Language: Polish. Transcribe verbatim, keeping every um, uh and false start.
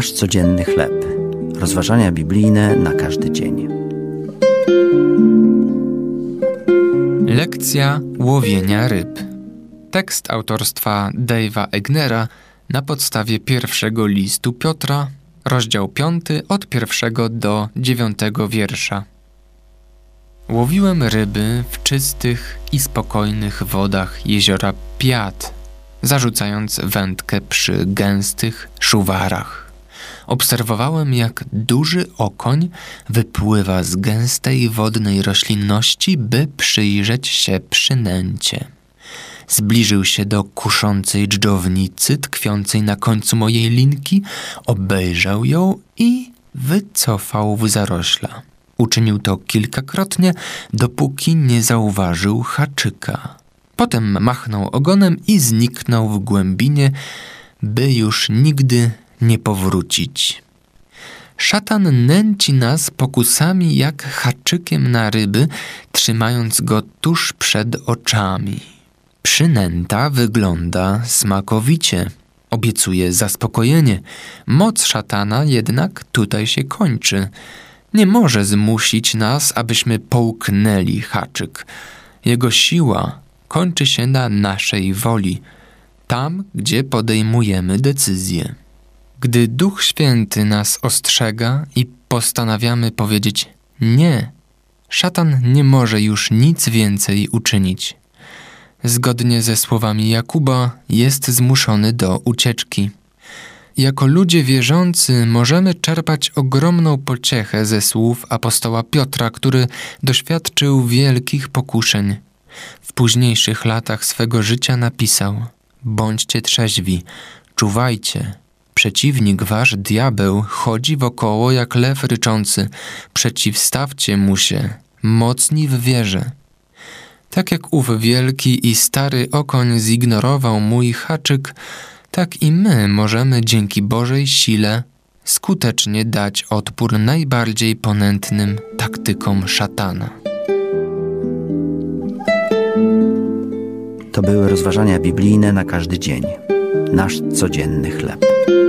Nasz codzienny chleb. Rozważania biblijne na każdy dzień. Lekcja łowienia ryb. Tekst autorstwa Dave'a Egnera na podstawie pierwszego listu Piotra, rozdział piąty, od pierwszego do dziewiątego wiersza. Łowiłem ryby w czystych i spokojnych wodach jeziora Piat, zarzucając wędkę przy gęstych szuwarach. Obserwowałem, jak duży okoń wypływa z gęstej wodnej roślinności, by przyjrzeć się przynęcie. Zbliżył się do kuszącej dżdżownicy tkwiącej na końcu mojej linki, obejrzał ją i wycofał w zarośla. Uczynił to kilkakrotnie, dopóki nie zauważył haczyka. Potem machnął ogonem i zniknął w głębinie, by już nigdy nie powrócić. Szatan nęci nas pokusami jak haczykiem na ryby, trzymając go tuż przed oczami. Przynęta wygląda smakowicie, obiecuje zaspokojenie. Moc szatana jednak tutaj się kończy. Nie może zmusić nas, abyśmy połknęli haczyk. Jego siła kończy się na naszej woli, tam, gdzie podejmujemy decyzję. Gdy Duch Święty nas ostrzega i postanawiamy powiedzieć nie, szatan nie może już nic więcej uczynić. Zgodnie ze słowami Jakuba jest zmuszony do ucieczki. Jako ludzie wierzący możemy czerpać ogromną pociechę ze słów apostoła Piotra, który doświadczył wielkich pokuszeń. W późniejszych latach swego życia napisał: bądźcie trzeźwi, czuwajcie. Przeciwnik wasz, diabeł, chodzi wokoło jak lew ryczący. Przeciwstawcie mu się, mocni w wierze. Tak jak ów wielki i stary okoń zignorował mój haczyk, tak i my możemy dzięki Bożej sile skutecznie dać odpór najbardziej ponętnym taktykom szatana. To były rozważania biblijne na każdy dzień. Nasz codzienny chleb.